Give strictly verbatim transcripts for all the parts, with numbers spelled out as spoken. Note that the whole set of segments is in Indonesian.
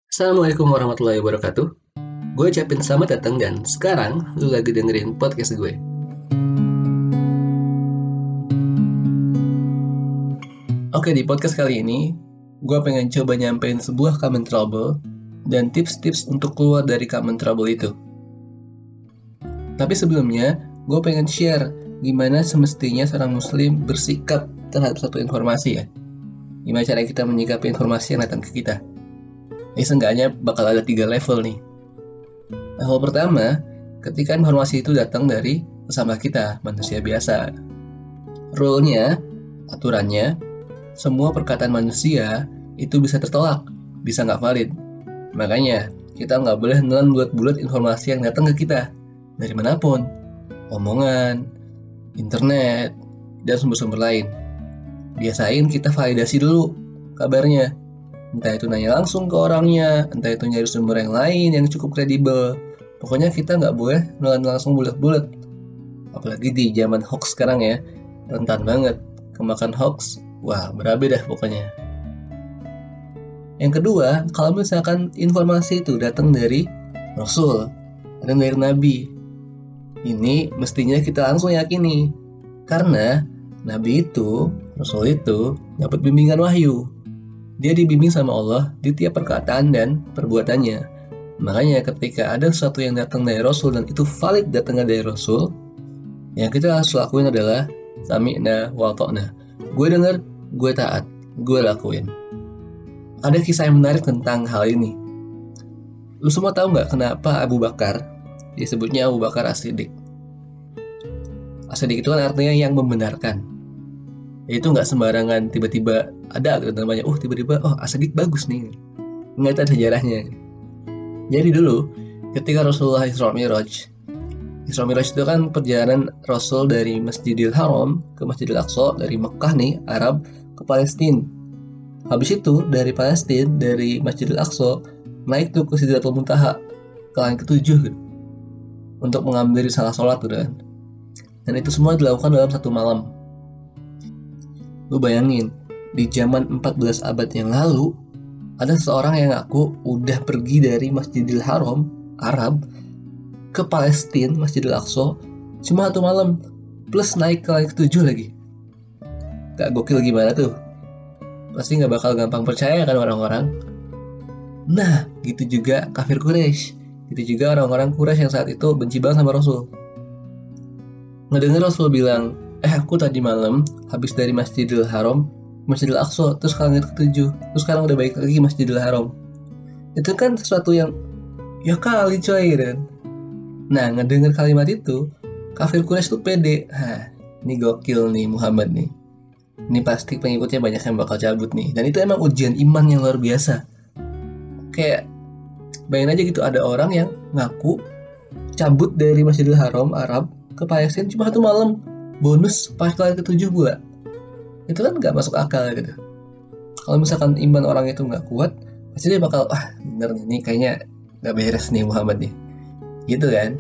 Assalamualaikum warahmatullahi wabarakatuh. Gue ucapin selamat datang dan sekarang lu lagi dengerin podcast gue. Oke, di podcast kali ini gue pengen coba nyampein sebuah common trouble dan tips-tips untuk keluar dari common trouble itu. Tapi sebelumnya, gue pengen share gimana semestinya seorang muslim bersikap terhadap satu informasi ya. Gimana cara kita menyikapi informasi yang datang ke kita. Ini seenggaknya bakal ada tiga level nih. Level pertama, ketika informasi itu datang dari sesama kita, manusia biasa. Rule-nya, aturannya, semua perkataan manusia itu bisa tertolak, bisa nggak valid. Makanya, kita nggak boleh nelan bulat-bulat informasi yang datang ke kita, dari manapun, omongan, internet, dan sumber-sumber lain. Biasain kita validasi dulu kabarnya. Entah itu nanya langsung ke orangnya, entah itu nyari sumber yang lain yang cukup kredibel. Pokoknya kita nggak boleh nelan langsung bulat-bulat. Apalagi di zaman hoax sekarang ya, rentan banget kemakan hoax. Wah, berabe dah pokoknya. Yang kedua, kalau misalkan informasi itu datang dari Rasul, datang dari Nabi, ini mestinya kita langsung yakini. Karena Nabi itu, Rasul itu, dapat bimbingan wahyu. Dia dibimbing sama Allah di tiap perkataan dan perbuatannya. Makanya ketika ada sesuatu yang datang dari Rasul dan itu valid datangnya dari Rasul, yang kita harus lakuin adalah sami'na wa ta'na. Gue denger, gue taat, gue lakuin. Ada kisah yang menarik tentang hal ini. Lu semua tahu nggak kenapa Abu Bakar disebutnya Abu Bakar As-Siddiq? As-Siddiq itu kan artinya yang membenarkan. Itu nggak sembarangan tiba-tiba ada gitu namanya, oh tiba-tiba oh As-Siddiq bagus nih, nggak ada sejarahnya. Jadi dulu ketika Rasulullah Isra Mi'raj, Isra Mi'raj itu kan perjalanan Rasul dari Masjidil Haram ke Masjidil Aqsa, dari Mekah nih Arab ke Palestina. Habis itu dari Palestina, dari Masjidil Aqsa naik tuh ke Sidratul Muntaha, ke langit ketujuh gitu, untuk mengambil salah sholat gitu kan. Dan itu semua dilakukan dalam satu malam. Lu bayangin, di zaman empat belas abad yang lalu, ada seseorang yang ngaku udah pergi dari Masjidil Haram, Arab, ke Palestina, Masjidil Aqsa, cuma satu malam, plus naik ke langit ketujuh lagi. Gak gokil gimana tuh? Pasti gak bakal gampang percaya kan orang-orang. Nah, gitu juga kafir Quraisy. Gitu juga orang-orang Quraisy yang saat itu benci banget sama Rasul. Ngedenger Rasul bilang, eh aku tadi malam habis dari Masjidil Haram Masjidil Aqsa, terus ke langit ketujuh, terus sekarang udah balik lagi Masjidil Haram. Itu kan sesuatu yang ya kali coy kan. Nah, ngedenger kalimat itu kafir Quraisy tuh pede. Hah, ini gokil nih Muhammad nih. Ini pasti pengikutnya banyak yang bakal cabut nih. Dan itu emang ujian iman yang luar biasa. Kayak bayangin aja gitu, ada orang yang ngaku cabut dari Masjidil Haram Arab ke Palestina cuma satu malam, bonus pas kali ketujuh pula. Itu kan gak masuk akal gitu. Kalau misalkan iman orang itu gak kuat, pasti dia bakal, wah bener nih, ini kayaknya gak beres nih Muhammad nih, gitu kan.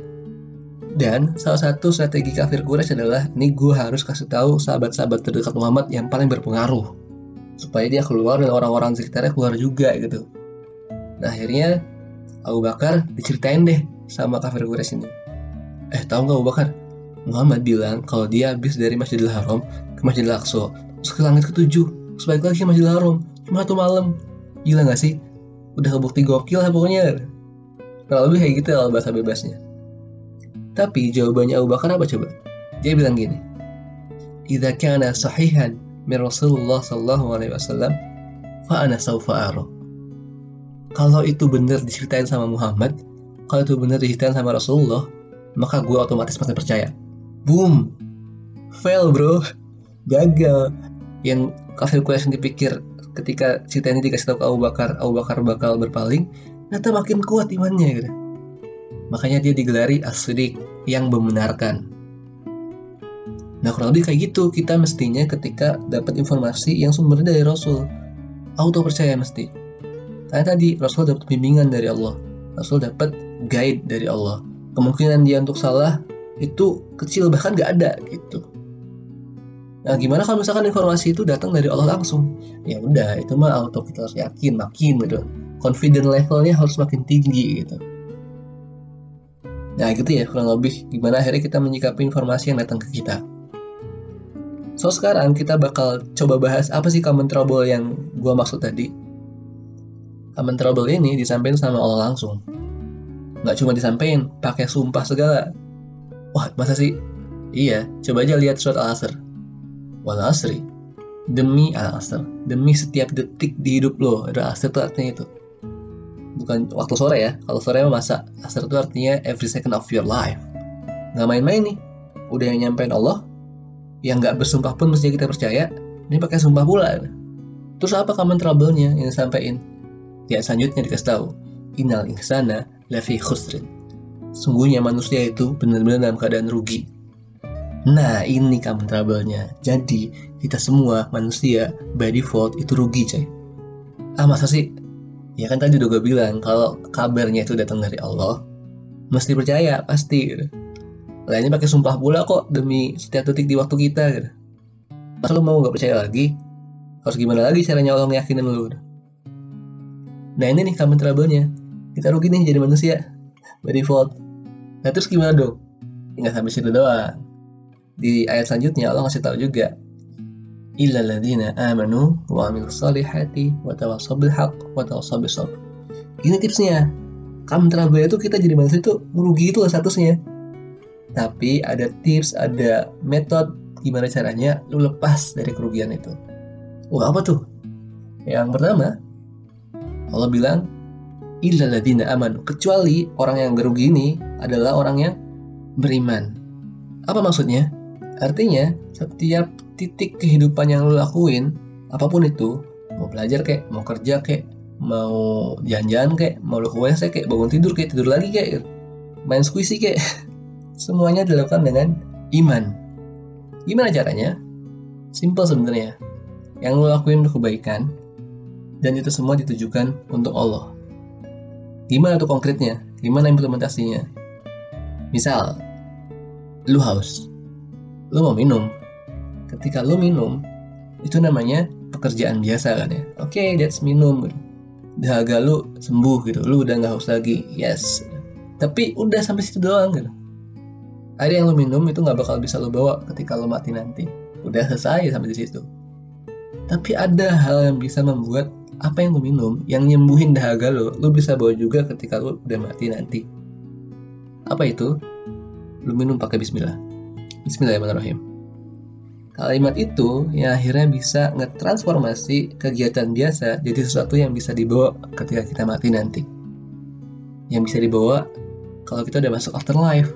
Dan salah satu strategi kafir Quraisy adalah, nih gue harus kasih tahu sahabat-sahabat terdekat Muhammad yang paling berpengaruh, supaya dia keluar dan orang-orang sekitarnya keluar juga gitu. Nah akhirnya Abu Bakar diceritain deh sama kafir Quraisy ini. Eh tahu gak Abu Bakar? Muhammad bilang kalau dia habis dari Masjidil Haram ke Masjidil Aqsa, terus ke langit ketujuh, terus balik lagi ke Masjidil Haram, cuma satu malam. Gila gak sih? Udah kebukti gokil lah pokoknya. Kalau lebih kayak gitu kalau bahasa bebasnya. Tapi jawabannya Abu Bakar apa coba? Dia bilang gini, idza kana sahihan min Rasulullah sallallahu alaihi wasallam fa ana sawfa ara. Kalau itu benar diceritain sama Muhammad, kalau itu benar diceritain sama Rasulullah, maka gue otomatis pasti percaya. Boom, fail bro, gagal. Yang kafir Quraisy dipikir ketika cerita ini dikasih tahu ke Abu Bakar, Abu Bakar bakal berpaling, ternyata makin kuat imannya gitu. Makanya dia digelari As-Siddiq, yang membenarkan. Nah kurang lebih kayak gitu kita mestinya ketika dapat informasi yang sumbernya dari Rasul, auto percaya mesti. Karena tadi Rasul dapat bimbingan dari Allah, Rasul dapat guide dari Allah. Kemungkinan dia untuk salah itu kecil, bahkan gak ada gitu. Nah gimana kalau misalkan informasi itu datang dari Allah langsung? Ya udah, itu mah auto kita harus yakin, makin gitu. confident levelnya harus makin tinggi gitu. Nah gitu ya kurang lebih gimana akhirnya kita menyikapi informasi yang datang ke kita. So sekarang kita bakal coba bahas apa sih common trouble yang gue maksud tadi. Common trouble ini disampaikan sama Allah langsung. Nggak cuma disampaikan, pakai sumpah segala. Wah masa sih? Iya, coba aja lihat surat Al-Asr. Wal asri, demi Al-Asr, demi setiap detik di hidup lo. Ada Asr itu artinya itu. Bukan waktu sore ya, kalau sore mah masa. Asr itu artinya every second of your life. Nggak main-main nih, udah yang nyampein Allah, yang nggak bersumpah pun mesti kita percaya, ini pakai sumpah pula. Terus apa common trouble-nya yang disampaikan? Ya selanjutnya dikasih tahu, innal insana lafi khusrin. Sungguhnya manusia itu benar-benar dalam keadaan rugi. Nah ini common trouble-nya. Jadi kita semua manusia by default itu rugi coy. Ah masa sih? Ya kan tadi udah gue bilang kalau kabarnya itu datang dari Allah, mesti percaya pasti. Lainnya pakai sumpah pula kok demi setiap detik di waktu kita gitu. Pas lu mau gak percaya lagi, harus gimana lagi caranya Allah ngeyakinin lu? Nah ini nih common trouble-nya. Kita rugi nih jadi manusia by default. Nah terus gimana dong? Nggak sampai situ doang. Di ayat selanjutnya Allah ngasih tahu juga, illal ladzina amanu wa amilus solihati wa tawassaw bil haqq wa tawassaw bis sabr. Ini tipsnya. Common trouble itu kita jadi manusia itu merugi itu lah statusnya. Tapi ada tips, ada metode gimana caranya lu lepas dari kerugian itu. Wah apa tuh? Yang pertama, Allah bilang illal ladzina amanu, kecuali orang yang merugi ini adalah orang yang beriman. Apa maksudnya? Artinya setiap titik kehidupan yang lu lakuin, apapun itu, mau belajar kek, mau kerja kek, mau jalan-jalan kek, mau lu ke W C kek, bangun tidur kek, tidur lagi kek, main squishy kek, semuanya dilakukan dengan iman. Gimana caranya? Simple sebenarnya. Yang lu lakuin untuk kebaikan, dan itu semua ditujukan untuk Allah. Gimana tuh konkretnya? Gimana implementasinya? Misal, lu haus, lu mau minum. Ketika lu minum, itu namanya pekerjaan biasa kan ya. Oke, okay, that's minum. Dahaga lu sembuh gitu, lu udah nggak haus lagi. Yes. Tapi udah sampai situ doang gitu. Air yang lu minum itu nggak bakal bisa lu bawa ketika lu mati nanti. Udah selesai sampai di situ. Tapi ada hal yang bisa membuat apa yang lu minum, yang nyembuhin dahaga lu, lu bisa bawa juga ketika lu udah mati nanti. Apa itu? Lu minum pakai bismillah. Bismillahirrahmanirrahim. Kalimat itu yang akhirnya bisa ngetransformasi kegiatan biasa jadi sesuatu yang bisa dibawa ketika kita mati nanti. Yang bisa dibawa kalau kita udah masuk afterlife.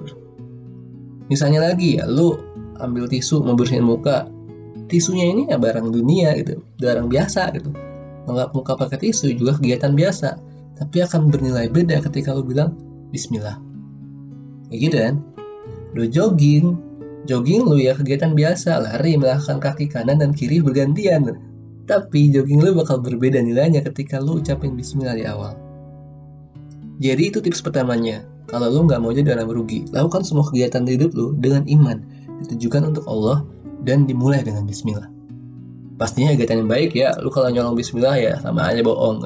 Misalnya lagi ya, lu ambil tisu mau bersihin muka. Tisunya ini ya barang dunia gitu, barang biasa gitu. Menggap muka pakai tisu juga kegiatan biasa, tapi akan bernilai beda ketika lu bilang bismillah. Kayak gitu kan? Lu jogging, jogging lu ya kegiatan biasa, lari melangkahkan kaki kanan dan kiri bergantian. Tapi jogging lu bakal berbeda nilainya ketika lu ucapin bismillah di awal. Jadi itu tips pertamanya. Kalau lu nggak mau jadi orang rugi, lakukan semua kegiatan di hidup lu dengan iman, ditujukan untuk Allah dan dimulai dengan bismillah. Pastinya kegiatan yang baik ya. Lu kalau nyolong bismillah ya sama aja bohong.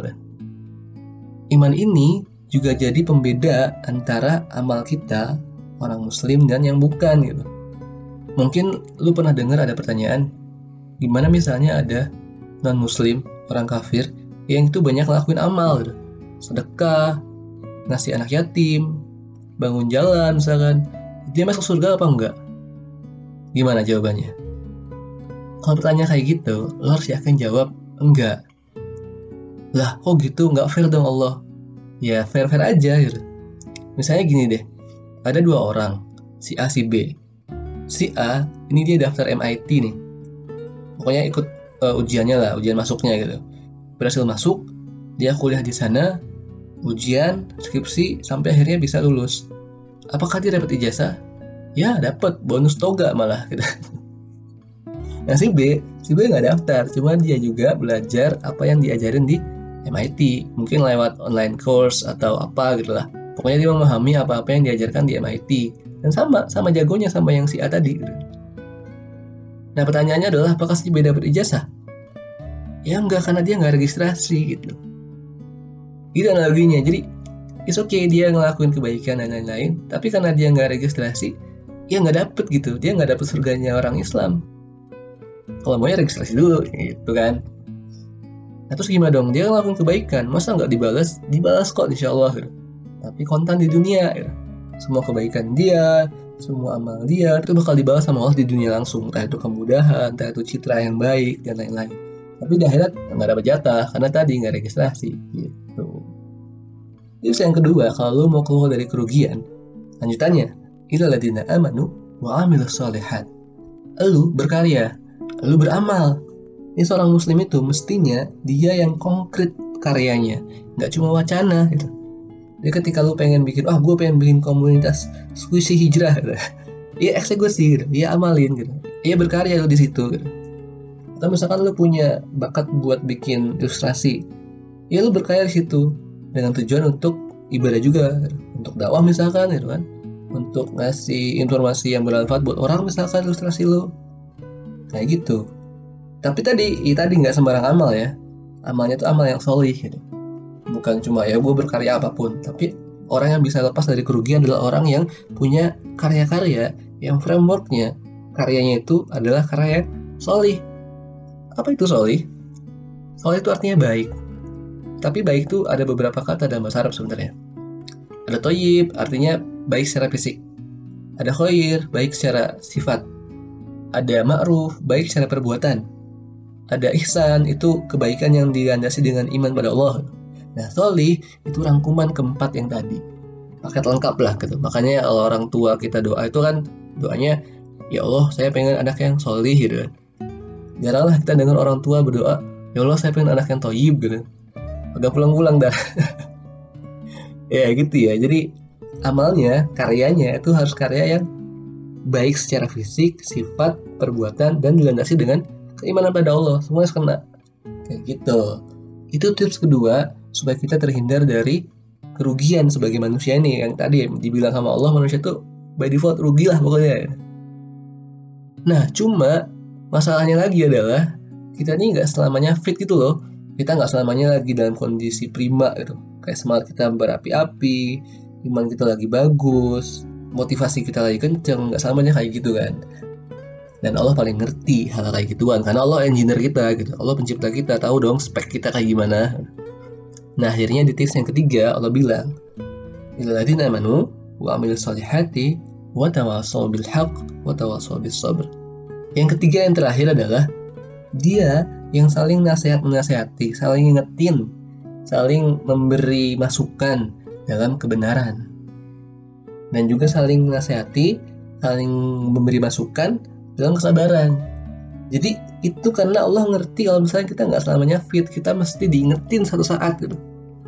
Iman ini juga jadi pembeda antara amal kita orang muslim dan yang bukan gitu. Mungkin lu pernah dengar ada pertanyaan, gimana misalnya ada non muslim, orang kafir yang itu banyak lakuin amal gitu. Sedekah, ngasih anak yatim, bangun jalan misalkan, dia masuk surga apa enggak? Gimana jawabannya? Kalau pertanyaan kayak gitu, lo harus yakin jawab enggak. Lah kok gitu, nggak fair dong Allah. Ya fair-fair aja gitu. Misalnya gini deh, ada dua orang, si A si B. Si A ini dia daftar M I T nih, pokoknya ikut uh, ujiannya lah, ujian masuknya gitu. Berhasil masuk, dia kuliah di sana, ujian, skripsi, sampai akhirnya bisa lulus. Apakah dia dapat ijazah? Ya dapat, bonus toga malah gitu. Nah si B, si B nggak daftar, cuma dia juga belajar apa yang diajarin di M I T, mungkin lewat online course atau apa gitu lah. Pokoknya dia memahami apa-apa yang diajarkan di M I T, dan sama, sama jagonya sama yang si A tadi gitu. Nah pertanyaannya adalah apakah si B dapat ijazah? Ya enggak, karena dia nggak registrasi gitu. Itu analoginya. Jadi it's okay dia ngelakuin kebaikan dan lain-lain, tapi karena dia nggak registrasi, ya nggak dapet gitu. Dia nggak dapet surganya orang Islam. Kalau maunya registrasi dulu, gitu kan. Nah terus gimana dong? Dia ngelakuin kebaikan, masa nggak dibalas? Dibalas kok insya Allah gitu. Tapi kontan di dunia gitu. Semua kebaikan dia, semua amal dia itu bakal dibalas sama Allah di dunia langsung. Entah itu kemudahan, entah itu citra yang baik dan lain-lain. Tapi di akhirat nggak dapat jatah karena tadi nggak registrasi gitu. Terus yang kedua, kalau lu mau keluar dari kerugian, lanjutannya, illal ladzina amanu wa amilus sholihat. Lu berkarya, lu beramal. Ini seorang muslim itu mestinya dia yang konkret karyanya, nggak cuma wacana gitu. Jadi ketika lu pengen bikin, ah oh, gue pengen bikin komunitas squishy hijrah gitu. Iya eksekusi gitu, iya amalin gitu. Iya berkarya lu di situ gitu. Atau misalkan lu punya bakat buat bikin ilustrasi, ya lu berkarya di situ dengan tujuan untuk ibadah juga, gitu. Untuk dakwah misalkan gitu kan. Untuk ngasih informasi yang bermanfaat buat orang misalkan ilustrasi lu. Kayak gitu. Tapi tadi, ya tadi nggak sembarang amal ya. Amalnya tuh amal yang solih gitu. Bukan cuma ya gue berkarya apapun, tapi orang yang bisa lepas dari kerugian adalah orang yang punya karya-karya yang frameworknya karyanya itu adalah karya solih. Apa itu solih? Solih itu artinya baik. Tapi baik itu ada beberapa kata dalam bahasa Arab sebenarnya. Ada toyib, artinya baik secara fisik. Ada khoir, baik secara sifat. Ada ma'ruf, baik secara perbuatan. Ada ihsan, itu kebaikan yang dilandasi dengan iman pada Allah. Nah, solih itu rangkuman keempat yang tadi. Paket lengkap lah gitu. Makanya kalau orang tua kita doa itu kan doanya, ya Allah saya pengen anak yang solih gitu kan. Jaranglah kita dengar orang tua berdoa, ya Allah saya pengen anak yang toyib gitu. Agak pulang-pulang dah. Ya gitu ya. Jadi amalnya, karyanya itu harus karya yang baik secara fisik, sifat, perbuatan, dan dilandasi dengan keimanan pada Allah. Semuanya kena. Kayak gitu. Itu tips kedua supaya kita terhindar dari kerugian sebagai manusia ini. Yang tadi dibilang sama Allah, manusia tuh by default rugi lah pokoknya. Nah cuma masalahnya lagi adalah kita ini nggak selamanya fit gitu loh. Kita nggak selamanya lagi dalam kondisi prima gitu. Kayak semangat kita berapi-api, iman kita lagi bagus, motivasi kita lagi kenceng. Nggak selamanya kayak gitu kan. Dan Allah paling ngerti hal kayak gituan karena Allah engineer kita gitu. Allah pencipta kita, tahu dong spek kita kayak gimana. Nah akhirnya di tips yang ketiga Allah bilang, illal ladzina amanu wa amilus sholihati wa tawassaw bil haqq wa tawassaw bis sabr. Yang ketiga yang terakhir adalah dia yang saling nasihat-menasihati, saling ngingetin, saling memberi masukan dalam kebenaran. Dan juga saling menasihati, saling memberi masukan dalam kesabaran. Jadi itu karena Allah ngerti kalau misalnya kita nggak selamanya fit, kita mesti diingetin satu saat gitu.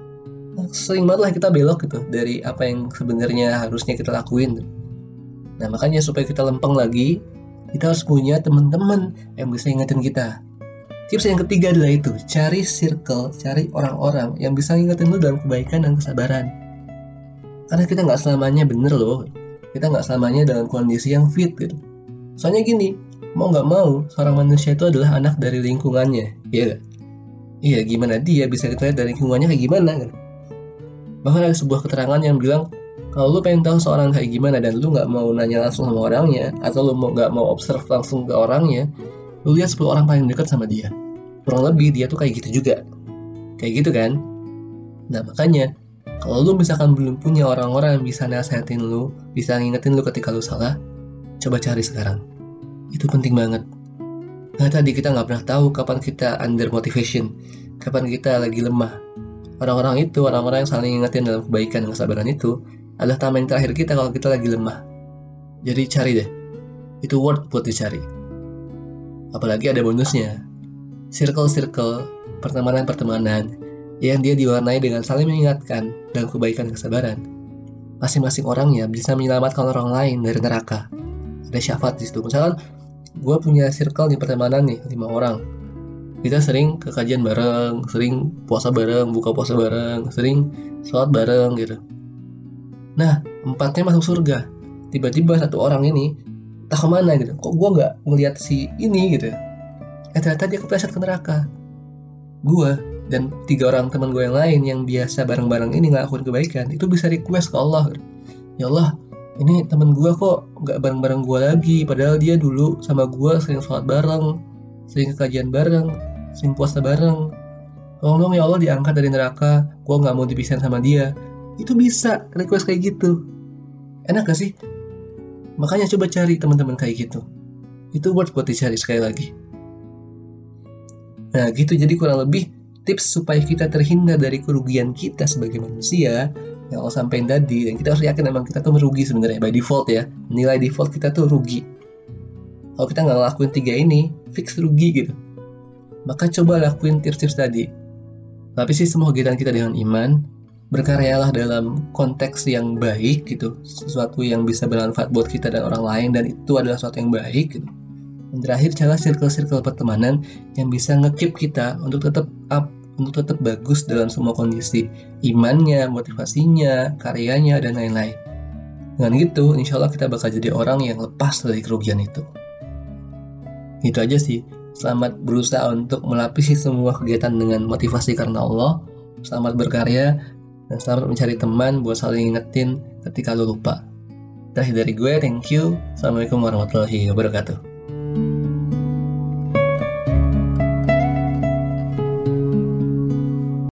Sering banget lah kita belok gitu dari apa yang sebenarnya harusnya kita lakuin. Nah makanya supaya kita lempeng lagi, kita harus punya teman-teman yang bisa ingetin kita. Tips yang ketiga adalah itu, cari circle, cari orang-orang yang bisa ingetin lu dalam kebaikan dan kesabaran. Karena kita nggak selamanya bener loh, kita nggak selamanya dalam kondisi yang fit gitu. Soalnya gini, mau nggak mau, seorang manusia itu adalah anak dari lingkungannya, iya gak? Iya, gimana dia bisa kita lihat dari lingkungannya kayak gimana kan? Bahkan ada sebuah keterangan yang bilang, kalau lu pengen tahu seorang kayak gimana dan lu nggak mau nanya langsung sama orangnya, atau lu mau nggak mau observe langsung ke orangnya, lu lihat sepuluh orang paling dekat sama dia. Kurang lebih dia tuh kayak gitu juga. Kayak gitu kan? Nah makanya, kalau lu misalkan belum punya orang-orang yang bisa nasihatin lu, bisa ngingetin lu ketika lu salah, coba cari sekarang. Itu penting banget. Nah tadi kita nggak pernah tahu kapan kita under motivation, kapan kita lagi lemah. Orang-orang itu, orang-orang yang saling ngingetin dalam kebaikan dan kesabaran itu adalah tameng terakhir kita kalau kita lagi lemah. Jadi cari deh, itu worth buat dicari. Apalagi ada bonusnya, circle-circle, pertemanan-pertemanan yang dia diwarnai dengan saling mengingatkan dalam kebaikan dan kesabaran. Masing-masing orangnya bisa menyelamatkan orang lain dari neraka. Ada syafaat di situ. Misalkan gue punya circle di pertemanan nih, lima orang. Kita sering ke kajian bareng, sering puasa bareng, buka puasa bareng, sering sholat bareng gitu. Nah, empatnya masuk surga. Tiba-tiba satu orang ini entah kemana gitu. Kok gue nggak ngeliat si ini gitu? Eh ternyata dia kepleset ke neraka. Gue dan tiga orang teman gue yang lain yang biasa bareng-bareng ini ngelakuin kebaikan, itu bisa request ke Allah, ya Allah, ini temen gue kok nggak bareng-bareng gue lagi, padahal dia dulu sama gue sering sholat bareng, sering kajian bareng, sering puasa bareng. Tolong dong ya Allah diangkat dari neraka, gue nggak mau dipisahin sama dia. Itu bisa request kayak gitu. Enak gak sih? Makanya coba cari teman-teman kayak gitu. Itu worth buat dicari sekali lagi. Nah gitu, jadi kurang lebih tips supaya kita terhindar dari kerugian kita sebagai manusia yang Allah sampaikan tadi, dan kita harus yakin memang kita tuh merugi sebenarnya by default ya, nilai default kita tuh rugi. Kalau kita nggak ngelakuin tiga ini, fix rugi gitu. Maka coba lakuin tips-tips tadi. Lapisi semua kegiatan kita dengan iman, berkaryalah dalam konteks yang baik gitu, sesuatu yang bisa bermanfaat buat kita dan orang lain, dan itu adalah sesuatu yang baik gitu. Dan terakhir, cari circle-circle pertemanan yang bisa nge-keep kita untuk tetap up, untuk tetap bagus dalam semua kondisi, imannya, motivasinya, karyanya, dan lain-lain. Dengan gitu, insya Allah kita bakal jadi orang yang lepas dari kerugian itu. Itu aja sih. Selamat berusaha untuk melapisi semua kegiatan dengan motivasi karena Allah. Selamat berkarya, dan selamat mencari teman buat saling ingetin ketika lu lupa. Terakhir dari gue, thank you. Assalamualaikum warahmatullahi wabarakatuh.